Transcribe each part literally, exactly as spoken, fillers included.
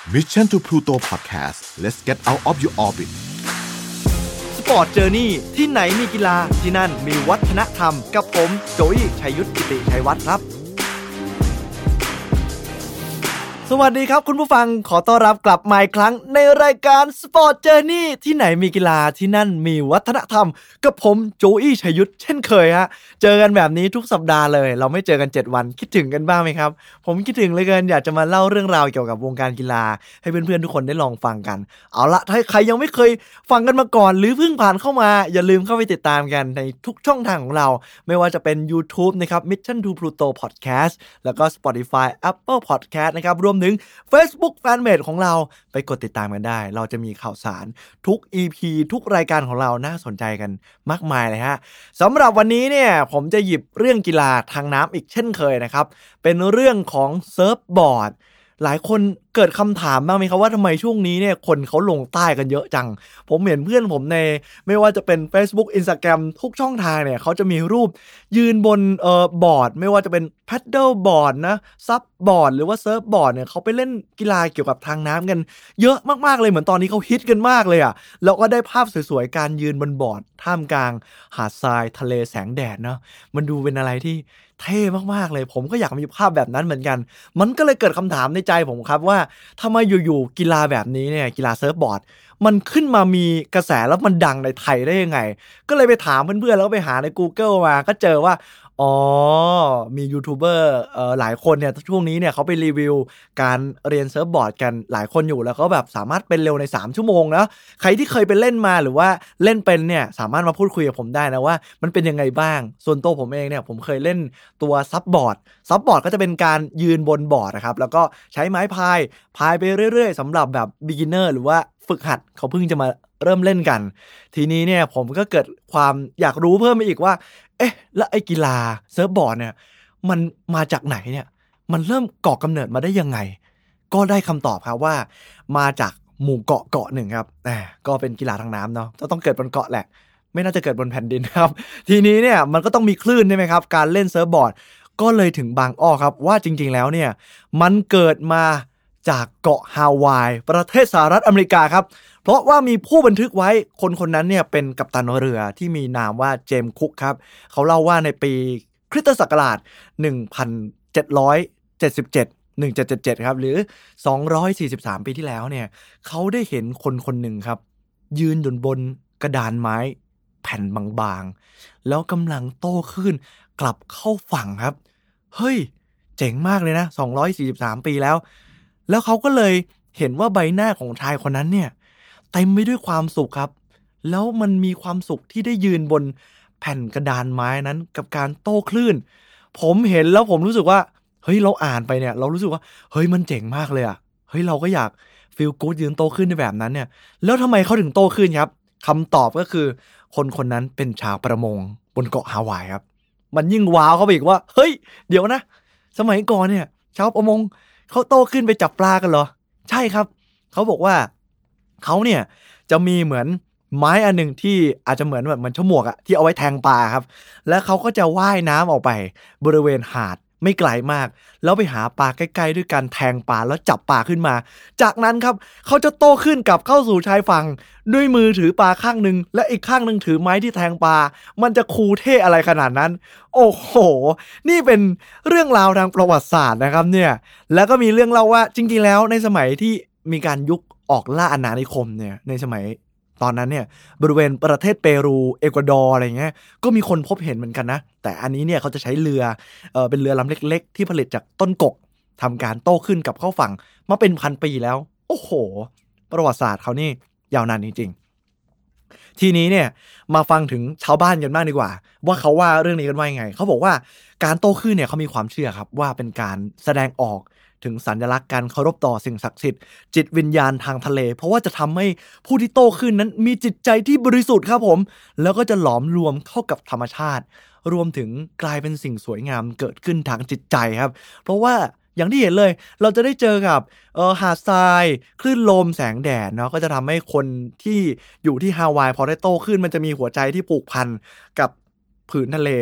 Mission to Pluto Podcast let's get out of your orbit Sport Journey ที่ไหนมีกีฬาที่นั่นมีวัฒนธรรมกับผมโจอี้ชัยยุทธกิติชัยวัฒน์ครับสวัสดีครับคุณผู้ฟังขอต้อนรับกลับมาอีกครั้งในรายการ Sport Journey ที่ไหนมีกีฬาที่นั่นมีวัฒนธรรมกับผมโจอี้ชัยยุทธเช่นเคยฮะเจอกันแบบนี้ทุกสัปดาห์เลยเราไม่เจอกันเจ็ดวันคิดถึงกันบ้างไหมครับผมคิดถึงเหลือเกินอยากจะมาเล่าเรื่องราวเกี่ยวกับวงการกีฬาให้เพื่อนๆทุกคนได้ลองฟังกันเอาละถ้าใครยังไม่เคยฟังกันมาก่อนหรือเพิ่งผ่านเข้ามาอย่าลืมเข้าไปติดตามกันในทุกช่องทางของเราไม่ว่าจะเป็น YouTube นะครับ Mission to Pluto Podcast แล้วก็ Spotify Apple Podcast นะครับรวมถึง Facebook Fanpage ของเราไปกดติดตามกันได้เราจะมีข่าวสารทุก อี พี ทุกรายการของเราน่าสนใจกันมากมายเลยฮะสำหรับวันนี้เนี่ยผมจะหยิบเรื่องกีฬาทางน้ำอีกเช่นเคยนะครับเป็นเรื่องของเซิร์ฟบอร์ดหลายคนเกิดคำถามบ้างไหมครับว่าทำไมช่วงนี้เนี่ยคนเขาลงใต้กันเยอะจังผมเห็นเพื่อนผมในไม่ว่าจะเป็น Facebook Instagram ทุกช่องทางเนี่ยเขาจะมีรูปยืนบนเอ่อบอร์ดไม่ว่าจะเป็น paddle board นะซับบอร์ดหรือว่าเซิร์ฟบอร์ดเนี่ยเขาไปเล่นกีฬาเกี่ยวกับทางน้ำกันเยอะมากๆเลยเหมือนตอนนี้เขาฮิตกันมากเลยอ่ะแล้วก็ได้ภาพสวยๆการยืนบนบอร์ดท่ามกลางหาดทรายทะเลแสงแดดเนาะมันดูเป็นอะไรที่เท่มากๆเลยผมก็อยากมีภาพแบบนั้นเหมือนกันมันก็เลยเกิดคำถามในใจผมครับว่าทำไมอยู่ๆกีฬาแบบนี้เนี่ยกีฬาเซิร์ฟบอร์ดมันขึ้นมามีกระแสแล้วมันดังในไทยได้ยังไงก็เลยไปถามเพื่อนๆแล้วก็ไปหาใน Google มาก็เจอว่าอ๋อมียูทูบเบอร์เอ่อหลายคนเนี่ยช่วงนี้เนี่ยเขาไปรีวิวการเรียนเซิร์ฟบอร์ดกันหลายคนอยู่แล้วก็แบบสามารถเป็นเร็วในสามชั่วโมงนะใครที่เคยไปเล่นมาหรือว่าเล่นเป็นเนี่ยสามารถมาพูดคุยกับผมได้นะว่ามันเป็นยังไงบ้างส่วนตัวผมเองเนี่ยผมเคยเล่นตัวซับบอร์ดซับบอร์ดก็จะเป็นการยืนบนบอร์ดนะครับแล้วก็ใช้ไม้พายพายไปเรื่อยๆสำหรับแบบ beginner หรือว่าฝึกหัดเขาเพิ่งจะมาเริ่มเล่นกันทีนี้เนี่ยผมก็เกิดความอยากรู้เพิ่มไปอีกว่าเอ๊ะแล้วไอ้กีฬาเซิร์ฟบอร์ดเนี่ยมันมาจากไหนเนี่ยมันเริ่มก่อกำเนิดมาได้ยังไงก็ได้คำตอบครับว่ามาจากหมู่เกาะเกาะหนึ่งครับแหมก็เป็นกีฬาทางน้ำเนาะจะต้องเกิดบนเกาะแหละไม่น่าจะเกิดบนแผ่นดินครับทีนี้เนี่ยมันก็ต้องมีคลื่นใช่ไหมครับการเล่นเซิร์ฟบอร์ดก็เลยถึงบางอ้อครับว่าจริงๆแล้วเนี่ยมันเกิดมาจากเกาะฮาวายประเทศสหรัฐอเมริกาครับเพราะว่ามีผู้บันทึกไว้คนคนนั้นเนี่ยเป็นกัปตันเรือที่มีนามว่าเจมส์คุกครับเขาเล่าว่าในปีคริสตศักราชหนึ่งพันเจ็ดร้อยเจ็ดสิบเจ็ด หนึ่งพันเจ็ดร้อยเจ็ดสิบเจ็ดครับหรือสองร้อยสี่สิบสามปีที่แล้วเนี่ยเขาได้เห็นคนคนหนึ่งครับยืนอยู่บนกระดานไม้แผ่นบางๆแล้วกำลังโต้คลื่นกลับเข้าฝั่งครับเฮ้ยเจ๋งมากเลยนะสองร้อยสี่สิบสามปีแล้วแล้วเขาก็เลยเห็นว่าใบหน้าของชายคนนั้นเนี่ยเต็มไปด้วยความสุขครับแล้วมันมีความสุขที่ได้ยืนบนแผ่นกระดานไม้นั้นกับการโต้คลื่นผมเห็นแล้วผมรู้สึกว่าเฮ้ยเราอ่านไปเนี่ยเรารู้สึกว่าเฮ้ยมันเจ๋งมากเลยอ่ะเฮ้ยเราก็อยากฟีลกู๊ดยืนโต้คลื่นในแบบนั้นเนี่ยแล้วทำไมเขาถึงโต้คลื่นครับคำตอบก็คือคนคนนั้นเป็นชาวประมงบนเกาะฮาวายครับมันยิ่งว้าวเข้าไปอีกว่าเฮ้ยเดี๋ยวนะสมัยก่อนเนี่ยชาวประมงเขาโต้คลื่นไปจับปลากันเหรอใช่ครับเขาบอกว่าเขาเนี่ยจะมีเหมือนไม้อันหนึ่งที่อาจจะเหมือนแบบเหมือนฉมวกอะที่เอาไว้แทงปลาครับแล้วเขาก็จะว่ายน้ำออกไปบริเวณหาดไม่ไกลมากแล้วไปหาปลาใกล้ๆด้วยการแทงปลาแล้วจับปลาขึ้นมาจากนั้นครับเขาจะโต้ขึ้นกลับเข้าสู่ชายฝั่งด้วยมือถือปลาข้างนึงและอีกข้างนึงถือไม้ที่แทงปลามันจะคูลเท่อะไรขนาดนั้นโอ้โหนี่เป็นเรื่องราวทางประวัติศาสตร์นะครับเนี่ยแล้วก็มีเรื่องเล่าว่าจริงๆแล้วในสมัยที่มีการยุคออกล่าอาณานิคมเนี่ยในสมัยตอนนั้นเนี่ยบริเวณประเทศเปรูเอกวาดอร์อะไรเงี้ยก็มีคนพบเห็นเหมือนกันนะแต่อันนี้เนี่ยเขาจะใช้เรือเออเป็นเรือลำเล็กๆที่ผลิตจากต้นกกทำการโต้ขึ้นกับเข้าฝั่งมาเป็นพันปีแล้วโอ้โหประวัติศาสตร์เขานี่ยาวนานจริงๆทีนี้เนี่ยมาฟังถึงชาวบ้านกันบ้างดีกว่าว่าเขาว่าเรื่องนี้กันว่ายังไงเขาบอกว่าการโต้ขึ้นเนี่ยเขามีความเชื่อครับว่าเป็นการแสดงออกถึงสัญลักษณ์การเคารพต่อสิ่งศักดิ์สิทธิ์จิตวิญญาณทางทะเลเพราะว่าจะทำให้ผู้ที่โตขึ้นนั้นมีจิตใจที่บริสุทธิ์ครับผมแล้วก็จะหลอมรวมเข้ากับธรรมชาติรวมถึงกลายเป็นสิ่งสวยงามเกิดขึ้นทางจิตใจครับเพราะว่าอย่างที่เห็นเลยเราจะได้เจอกับเอ่อหาดทรายคลื่นลมแสงแดดเนาะก็จะทำให้คนที่อยู่ที่ฮาวายพอได้โตขึ้นมันจะมีหัวใจที่ผูกพันกับผืนทะเล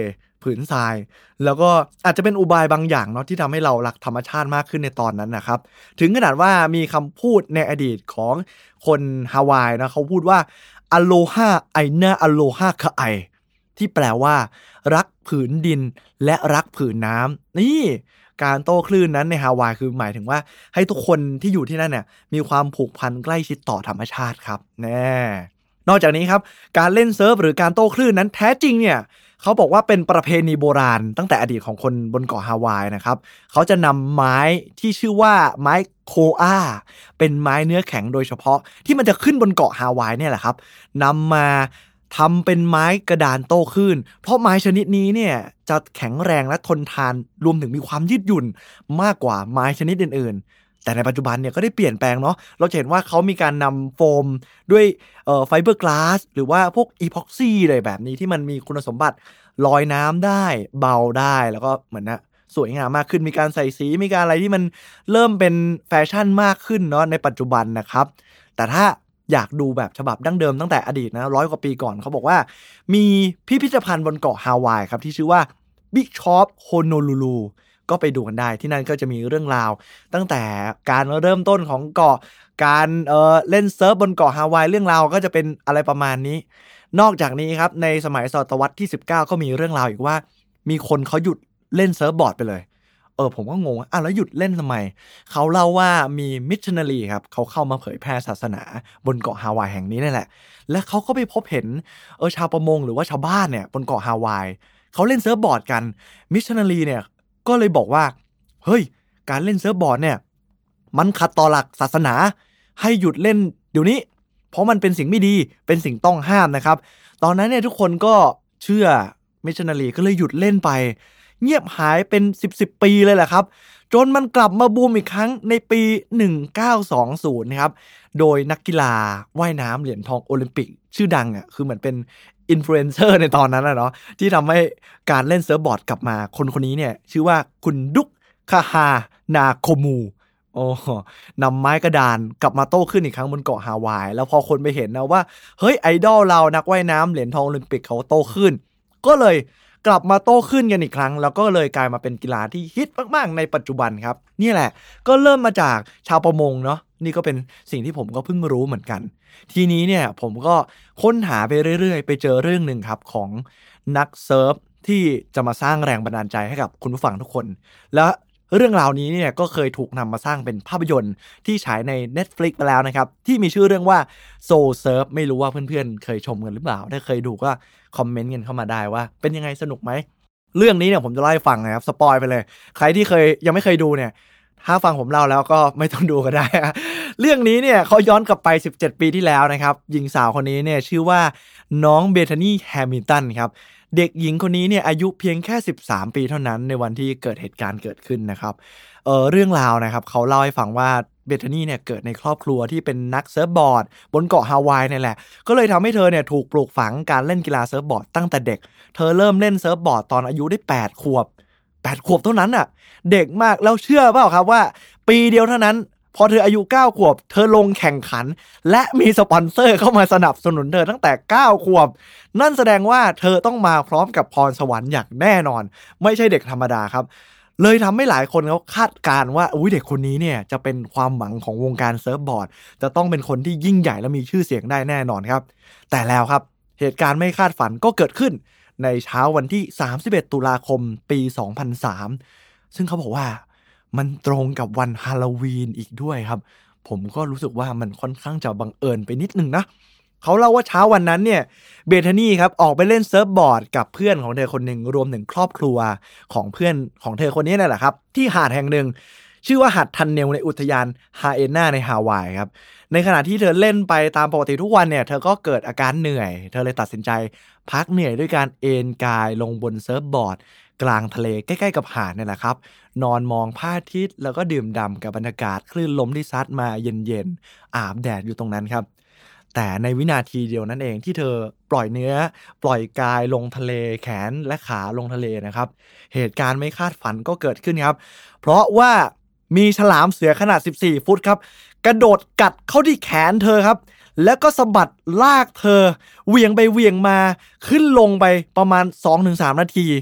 ผืนทรายแล้วก็อาจจะเป็นอุบายบางอย่างเนาะที่ทำให้เรารักธรรมชาติมากขึ้นในตอนนั้นนะครับถึงขนาดว่ามีคำพูดในอดีตของคนฮาวายนะเขาพูดว่าอโลฮาไอนาอโลฮาคาไอที่แปลว่ารักผืนดินและรักผืนน้ำนี่การโต้คลื่นนั้นในฮาวายคือหมายถึงว่าให้ทุกคนที่อยู่ที่นั่นเนี่ยมีความผูกพันใกล้ชิดต่อธรรมชาติครับแน่นอกจากนี้ครับการเล่นเซิร์ฟหรือการโต้คลื่นนั้นแท้จริงเนี่ยเขาบอกว่าเป็นประเพณีโบราณตั้งแต่อดีตของคนบนเกาะฮาวายนะครับเขาจะนำไม้ที่ชื่อว่าไม้โคอาเป็นไม้เนื้อแข็งโดยเฉพาะที่มันจะขึ้นบนเกาะฮาวายเนี่ยแหละครับนำมาทำเป็นไม้กระดานโต้คลื่นเพราะไม้ชนิดนี้เนี่ยจะแข็งแรงและทนทานรวมถึงมีความยืดหยุ่นมากกว่าไม้ชนิดอื่นๆแต่ในปัจจุบันเนี่ยก็ได้เปลี่ยนแปลงเนาะเราจะเห็นว่าเขามีการนำโฟมด้วยเอ่อไฟเบอร์กลาสหรือว่าพวกอีพ็อกซี่อะไรแบบนี้ที่มันมีคุณสมบัติลอยน้ำได้เบาได้แล้วก็เหมือนนะสวยงามมากขึ้นมีการใส่สีมีการอะไรที่มันเริ่มเป็นแฟชั่นมากขึ้นเนาะในปัจจุบันนะครับแต่ถ้าอยากดูแบบฉบับดั้งเดิมตั้งแต่อดีตนะร้อยกว่าปีก่อนเขาบอกว่ามีพิพิธภัณฑ์บนเกาะฮาวายครับที่ชื่อว่า Bishop Honolulu ก็ไปดูกันได้ที่นั่นก็จะมีเรื่องราวตั้งแต่การเริ่มต้นของเกาะการเอ่อเล่นเซิร์ฟบนเกาะฮาวายเรื่องราวก็จะเป็นอะไรประมาณนี้นอกจากนี้ครับในสมัยศตวรรษที่สิบเก้าก็มีเรื่องราวอีกว่ามีคนเขาหยุดเล่นเซิร์ฟบอร์ดไปเลยเออผมก็งงอ่ะแล้วหยุดเล่นทำไมเขาเล่าว่ามีมิชชันนารีครับเขาเข้ามาเผยแพร่ศาสนาบนเกาะฮาวายแห่งนี้นั่นแหละและเขาก็ไปพบเห็นเออชาวประมงหรือว่าชาวบ้านเนี่ยบนเกาะฮาวายเขาเล่นเซิร์ฟบอร์ดกันมิชชันนารีเนี่ยก็เลยบอกว่าเฮ้ยการเล่นเซิร์ฟบอร์ดเนี่ยมันขัดต่อหลักศาสนาให้หยุดเล่นเดี๋ยวนี้เพราะมันเป็นสิ่งไม่ดีเป็นสิ่งต้องห้ามนะครับตอนนั้นเนี่ยทุกคนก็เชื่อมิชชันนารีก็เลยหยุดเล่นไปเงียบหายเป็นสิบ สิบปีเลยแหละครับจนมันกลับมาบูมอีกครั้งในปีหนึ่งพันเก้าร้อยยี่สิบนะครับโดยนักกีฬาว่ายน้ำเหรียญทองโอลิมปิกชื่อดังอ่ะคือเหมือนเป็นอินฟลูเอนเซอร์ในตอนนั้นนะเนาะที่ทำให้การเล่นเซิร์ฟบอร์ดกลับมาคนคนนี้เนี่ยชื่อว่าคุณดุกคาฮานาโคมูโอ้นำไม้กระดานกลับมาโต้ขึ้นอีกครั้งบนเกาะฮาวายแล้วพอคนไปเห็นนะว่าเฮ้ยไอดอลเรานักว่ายน้ำเหรียญทองโอลิมปิกเขาโต้ขึ้นก็เลยกลับมาโต้ขึ้นกันอีกครั้งแล้วก็เลยกลายมาเป็นกีฬาที่ฮิตมากๆในปัจจุบันครับนี่แหละก็เริ่มมาจากชาวประมงเนาะนี่ก็เป็นสิ่งที่ผมก็เพิ่งรู้เหมือนกันทีนี้เนี่ยผมก็ค้นหาไปเรื่อยๆไปเจอเรื่องนึงครับของนักเซิร์ฟที่จะมาสร้างแรงบันดาลใจให้กับคุณผู้ฟังทุกคนและเรื่องราวนี้เนี่ยก็เคยถูกนำมาสร้างเป็นภาพยนตร์ที่ฉายใน Netflix ไปแล้วนะครับที่มีชื่อเรื่องว่า Soul Surf ไม่รู้ว่าเพื่อนๆเคยชมกันหรือเปล่าถ้าเคยดูก็คอมเมนต์กันเข้ามาได้ว่าเป็นยังไงสนุกไหมเรื่องนี้เนี่ยผมจะเล่าให้ฟังนะครับสปอยไปเลยใครที่เคยยังไม่เคยดูเนี่ยถ้าฟังผมเล่าแล้วก็ไม่ต้องดูก็ได้เรื่องนี้เนี่ยเขาย้อนกลับไปสิบเจ็ดปีที่แล้วนะครับหญิงสาวคนนี้เนี่ยชื่อว่าน้องเบธานีแฮมิลตันครับเด็กหญิงคนนี้เนี่ยอายุเพียงแค่สิบสามปีเท่านั้นในวันที่เกิดเหตุการณ์เกิดขึ้นนะครับเออเรื่องราวนะครับเขาเล่าให้ฟังว่าเบธานีเนี่ยเกิดในครอบครัวที่เป็นนักเซิร์ฟบอร์ดบนเกาะฮาวายนี่แหละก็เลยทำให้เธอเนี่ยถูกปลูกฝังการเล่นกีฬาเซิร์ฟบอร์ดตั้งแต่เด็กเธอเริ่มเล่นเซิร์ฟบอร์ดตอนอายุได้แปดขวบแปดขวบเท่านั้นน่ะเด็กมากแล้วเชื่อเปล่าครับว่าปีเดียวเท่านั้นพอเธออายุเก้าขวบเธอลงแข่งขันและมีสปอนเซอร์เข้ามาสนับสนุนเธอตั้งแต่เก้าขวบนั่นแสดงว่าเธอต้องมาพร้อมกับพรสวรรค์อย่างแน่นอนไม่ใช่เด็กธรรมดาครับเลยทำให้หลายคนเขาคาดการณ์ว่าอุ้ยเด็กคนนี้เนี่ยจะเป็นความหวังของวงการเซิร์ฟบอร์ดจะต้องเป็นคนที่ยิ่งใหญ่และมีชื่อเสียงได้แน่นอนครับแต่แล้วครับเหตุการณ์ไม่คาดฝันก็เกิดขึ้นในเช้าวันที่สามสิบเอ็ดตุลาคมปีสองพันสามซึ่งเขาบอกว่ามันตรงกับวันฮาโลวีนอีกด้วยครับผมก็รู้สึกว่ามันค่อนข้างจะบังเอิญไปนิดนึงนะเขาเล่าว่าเช้าวันนั้นเนี่ยเบธานีครับออกไปเล่นเซิร์ฟบอร์ดกับเพื่อนของเธอคนหนึ่งรวมถึงครอบครัวของเพื่อนของเธอคนนี้นั่นแหละครับที่หาดแห่งหนึ่งชื่อว่าหาดทันเนลในอุทยานฮาเอนาในฮาวายครับในขณะที่เธอเล่นไปตามปกติทุกวันเนี่ยเธอก็เกิดอาการเหนื่อยเธอเลยตัดสินใจพักเหนื่อยด้วยการเอนกายลงบนเซิร์ฟบอร์ดกลางทะเลใกล้ๆกับหาดนี่แหละครับนอนมองพระอาทิตย์แล้วก็ดื่มด่ำกับบรรยากาศคลื่นลมที่ซัดมาเย็นๆอาบแดดอยู่ตรงนั้นครับแต่ในวินาทีเดียวนั้นเองที่เธอปล่อยเนื้อปล่อยกายลงทะเลแขนและขาลงทะเลนะครับเหตุการณ์ไม่คาดฝันก็เกิดขึ้นครับเพราะว่ามีฉลามเสือขนาดสิบสี่ฟุตครับกระโดดกัดเข้าที่แขนเธอครับแล้วก็สะบัดลากเธอเหวี่ยงไปเหวี่ยงมาขึ้นลงไปประมาณ สองถึงสาม นาที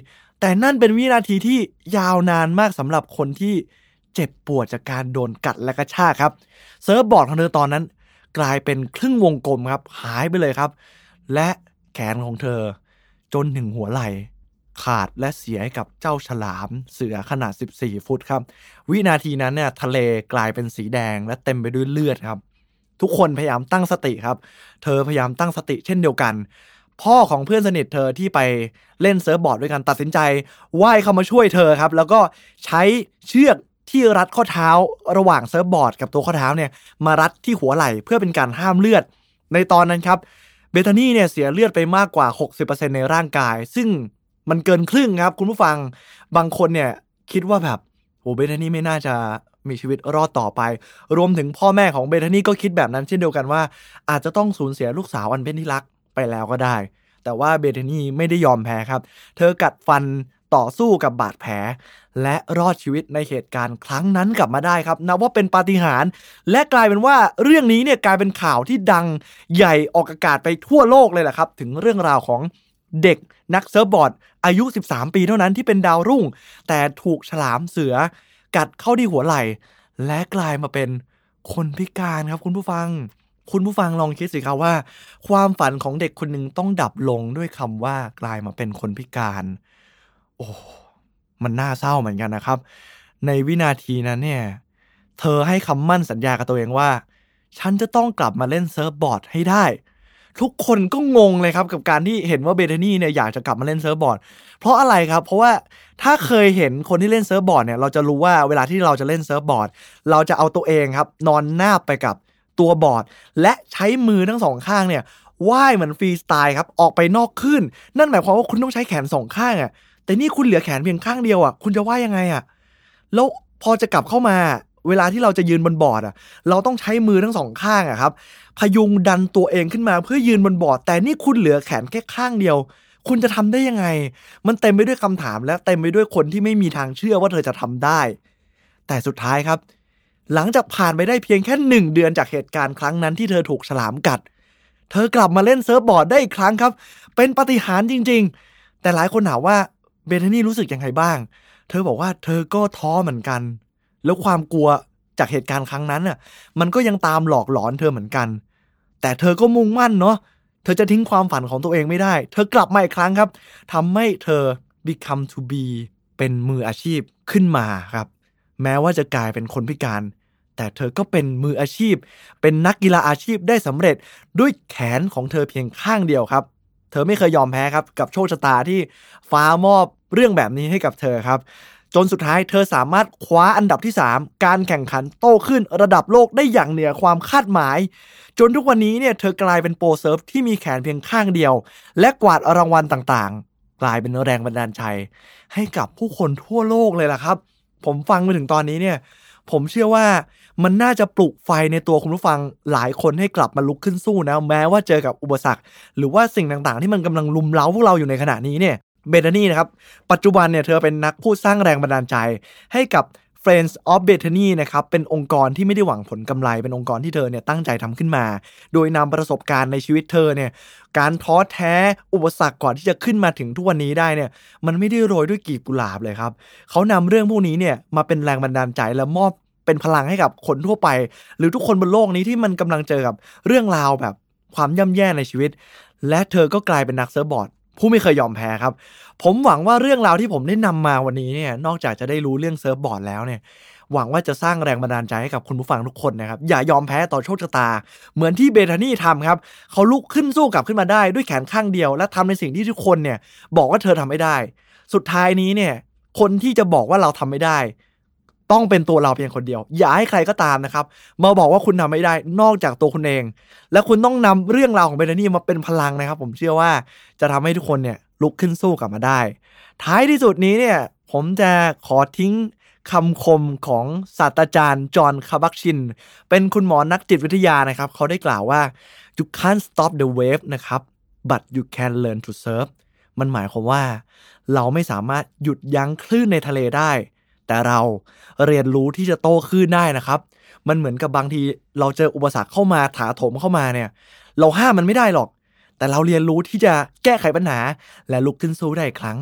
แต่นั่นเป็นวินาทีที่ยาวนานมากสำหรับคนที่เจ็บปวดจากการโดนกัดและกระชากครับเซิร์ฟบอร์ดของเธอตอนนั้นกลายเป็นครึ่งวงกลมครับหายไปเลยครับและแขนของเธอจนถึงหัวไหล่ขาดและเสียให้กับเจ้าฉลามเสือขนาดสิบสี่ฟุตครับวินาทีนั้นเนี่ยทะเลกลายเป็นสีแดงและเต็มไปด้วยเลือดครับทุกคนพยายามตั้งสติครับเธอพยายามตั้งสติเช่นเดียวกันพ่อของเพื่อนสนิทเธอที่ไปเล่นเซิร์ฟบอร์ดด้วยกันตัดสินใจว่ายเข้ามาช่วยเธอครับแล้วก็ใช้เชือกที่รัดข้อเท้าระหว่างเซิร์ฟบอร์ดกับตัวข้อเท้าเนี่ยมารัดที่หัวไหล่เพื่อเป็นการห้ามเลือดในตอนนั้นครับเบธานีเนี่ยเสียเลือดไปมากกว่า หกสิบเปอร์เซ็นต์ ในร่างกายซึ่งมันเกินครึ่งครับคุณผู้ฟังบางคนเนี่ยคิดว่าแบบโอ้เบธานีไม่น่าจะมีชีวิตรอดต่อไปรวมถึงพ่อแม่ของเบธานีก็คิดแบบนั้นเช่นเดียวกันว่าอาจจะต้องสูญเสียลูกสาวอันเป็นที่รักไปแล้วก็ได้แต่ว่าเบธานีไม่ได้ยอมแพ้ครับเธอกัดฟันต่อสู้กับบาดแผลและรอดชีวิตในเหตุการณ์ครั้งนั้นกลับมาได้ครับนับว่าเป็นปาฏิหาริย์และกลายเป็นว่าเรื่องนี้เนี่ยกลายเป็นข่าวที่ดังใหญ่ออกอากาศไปทั่วโลกเลยแหละครับถึงเรื่องราวของเด็กนักเซิร์ฟบอร์ดอายุสิบสามปีเท่านั้นที่เป็นดาวรุ่งแต่ถูกฉลามเสือกัดเข้าที่หัวไหล่และกลายมาเป็นคนพิการครับคุณผู้ฟังคุณผู้ฟังลองคิดสิครับว่าความฝันของเด็กคนหนึ่งต้องดับลงด้วยคำว่ากลายมาเป็นคนพิการโอ้มันน่าเศร้าเหมือนกันนะครับในวินาทีนั้นเนี่ยเธอให้คำมั่นสัญญากับตัวเองว่าฉันจะต้องกลับมาเล่นเซิร์ฟบอร์ดให้ได้ทุกคนก็งงเลยครับกับการที่เห็นว่าเบธานีเนี่ยอยากจะกลับมาเล่นเซิร์ฟบอร์ดเพราะอะไรครับเพราะว่าถ้าเคยเห็นคนที่เล่นเซิร์ฟบอร์ดเนี่ยเราจะรู้ว่าเวลาที่เราจะเล่นเซิร์ฟบอร์ดเราจะเอาตัวเองครับนอนนาบไปกับตัวบอร์ดและใช้มือทั้งสองข้างเนี่ยว่ายเหมือนฟรีสไตล์ครับออกไปนอกคลื่นนั่นหมายความว่าคุณต้องใช้แขนสองข้างอ่ะแต่นี่คุณเหลือแขนเพียงข้างเดียวอ่ะคุณจะว่ายยังไงอ่ะแล้วพอจะกลับเข้ามาเวลาที่เราจะยืนบนบอร์ดอ่ะเราต้องใช้มือทั้งสองข้างอ่ะครับพยุงดันตัวเองขึ้นมาเพื่อยืนบนบอร์ดแต่นี่คุณเหลือแขนแค่ข้างเดียวคุณจะทำได้ยังไงมันเต็มไปด้วยคำถามและเต็มไปด้วยคนที่ไม่มีทางเชื่อว่าเธอจะทำได้แต่สุดท้ายครับหลังจากผ่านไปได้เพียงแค่หนึ่งเดือนจากเหตุการณ์ครั้งนั้นที่เธอถูกฉลามกัดเธอกลับมาเล่นเซิร์ฟบอร์ดได้อีกครั้งครับเป็นปาฏิหาริย์จริงๆแต่หลายคนถามว่าเบธานีรู้สึกยังไงบ้างเธอบอกว่าเธอก็ท้อเหมือนกันแล้วความกลัวจากเหตุการณ์ครั้งนั้นน่ะมันก็ยังตามหลอกหลอนเธอเหมือนกันแต่เธอก็มุ่งมั่นเนาะเธอจะทิ้งความฝันของตัวเองไม่ได้เธอกลับมาอีกครั้งครับทำให้เธอ become to be เป็นมืออาชีพขึ้นมาครับแม้ว่าจะกลายเป็นคนพิการแต่เธอก็เป็นมืออาชีพเป็นนักกีฬาอาชีพได้สำเร็จด้วยแขนของเธอเพียงข้างเดียวครับเธอไม่เคยยอมแพ้ครับกับโชคชะตาที่ฟ้ามอบเรื่องแบบนี้ให้กับเธอครับจนสุดท้ายเธอสามารถคว้าอันดับที่สามการแข่งขันโต้คลื่นระดับโลกได้อย่างเหนือความคาดหมายจนทุกวันนี้เนี่ยเธอกลายเป็นโปรเซิร์ฟที่มีแขนเพียงข้างเดียวและกวาดรางวัลต่างๆกลายเป็นแรงบันดาลใจให้กับผู้คนทั่วโลกเลยล่ะครับผมฟังมาถึงตอนนี้เนี่ยผมเชื่อว่ามันน่าจะปลุกไฟในตัวคุณผู้ฟังหลายคนให้กลับมาลุกขึ้นสู้นะแม้ว่าเจอกับอุปสรรคหรือว่าสิ่งต่างๆที่มันกำลังลุมเร้าพวกเราอยู่ในขณะนี้เนี่ยเบธานีนะครับปัจจุบันเนี่ยเธอเป็นนักพูดสร้างแรงบันดาลใจให้กับ Friends of Bethany นะครับเป็นองค์กรที่ไม่ได้หวังผลกำไรเป็นองค์กรที่เธอเนี่ยตั้งใจทำขึ้นมาโดยนำประสบการณ์ในชีวิตเธอเนี่ยการท้อแท้อุปสรรคก่อนที่จะขึ้นมาถึงทุกวันนี้ได้เนี่ยมันไม่ได้โรยด้วยกลีบกุหลาบเลยครับเขานำเรื่องพวกนี้เนี่ยมาเป็นแรงบันดาลใจและมอบเป็นพลังให้กับคนทั่วไปหรือทุกคนบนโลกนี้ที่มันกำลังเจอกับเรื่องราวแบบความย่ำแย่ในชีวิตและเธอก็กลายเป็นนักเซิร์ฟบอร์ดผู้ไม่เคยยอมแพ้ครับผมหวังว่าเรื่องราวที่ผมได้นำมาวันนี้เนี่ยนอกจากจะได้รู้เรื่องเซิร์ฟบอร์ดแล้วเนี่ยหวังว่าจะสร้างแรงบันดาลใจให้กับคุณผู้ฟังทุกคนนะครับอย่ายอมแพ้ต่อโชคชะตาเหมือนที่เบธานีทำครับเขาลุกขึ้นสู้กลับขึ้นมาได้ด้วยแขนข้างเดียวและทำในสิ่งที่ทุกคนเนี่ยบอกว่าเธอทำไม่ได้สุดท้ายนี้เนี่ยคนที่จะบอกว่าเราทำไม่ได้ต้องเป็นตัวเราเพียงคนเดียวอย่าให้ใครก็ตามนะครับมาบอกว่าคุณทำไม่ได้นอกจากตัวคุณเองและคุณต้องนำเรื่องราวของเบธานีมาเป็นพลังนะครับผมเชื่อว่าจะทำให้ทุกคนเนี่ยลุกขึ้นสู้กลับมาได้ท้ายที่สุดนี้เนี่ยผมจะขอทิ้งคำคมของศาสตราจารย์จอห์นคาบักชินเป็นคุณหมอนักจิตวิทยานะครับเขาได้กล่าวว่า you can't stop the wave นะครับ but you can learn to surf มันหมายความว่าเราไม่สามารถหยุดยั้งคลื่นในทะเลได้แต่เราเรียนรู้ที่จะโต้คลื่นได้นะครับมันเหมือนกับบางทีเราเจออุปสรรคเข้ามาถาโถมเข้ามาเนี่ยเราห้ามมันไม่ได้หรอกแต่เราเรียนรู้ที่จะแก้ไขปัญหาและลุกขึ้นสู้ได้อีกครั้ง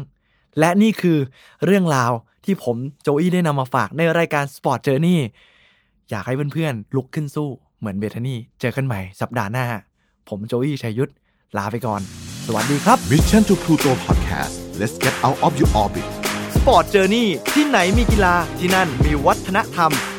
และนี่คือเรื่องราวที่ผมโจอี้ได้นำมาฝากในรายการ Sport Journey อยากให้เพื่อนๆลุกขึ้นสู้เหมือนเบธานี่เจอกันใหม่สัปดาห์หน้าผมโจอี้ชัยยุทธลาไปก่อนสวัสดีครับ Mission to Pluto Podcast Let's get out of your orbit Sport Journey ที่ไหนมีกีฬาที่นั่นมีวัฒนธรรม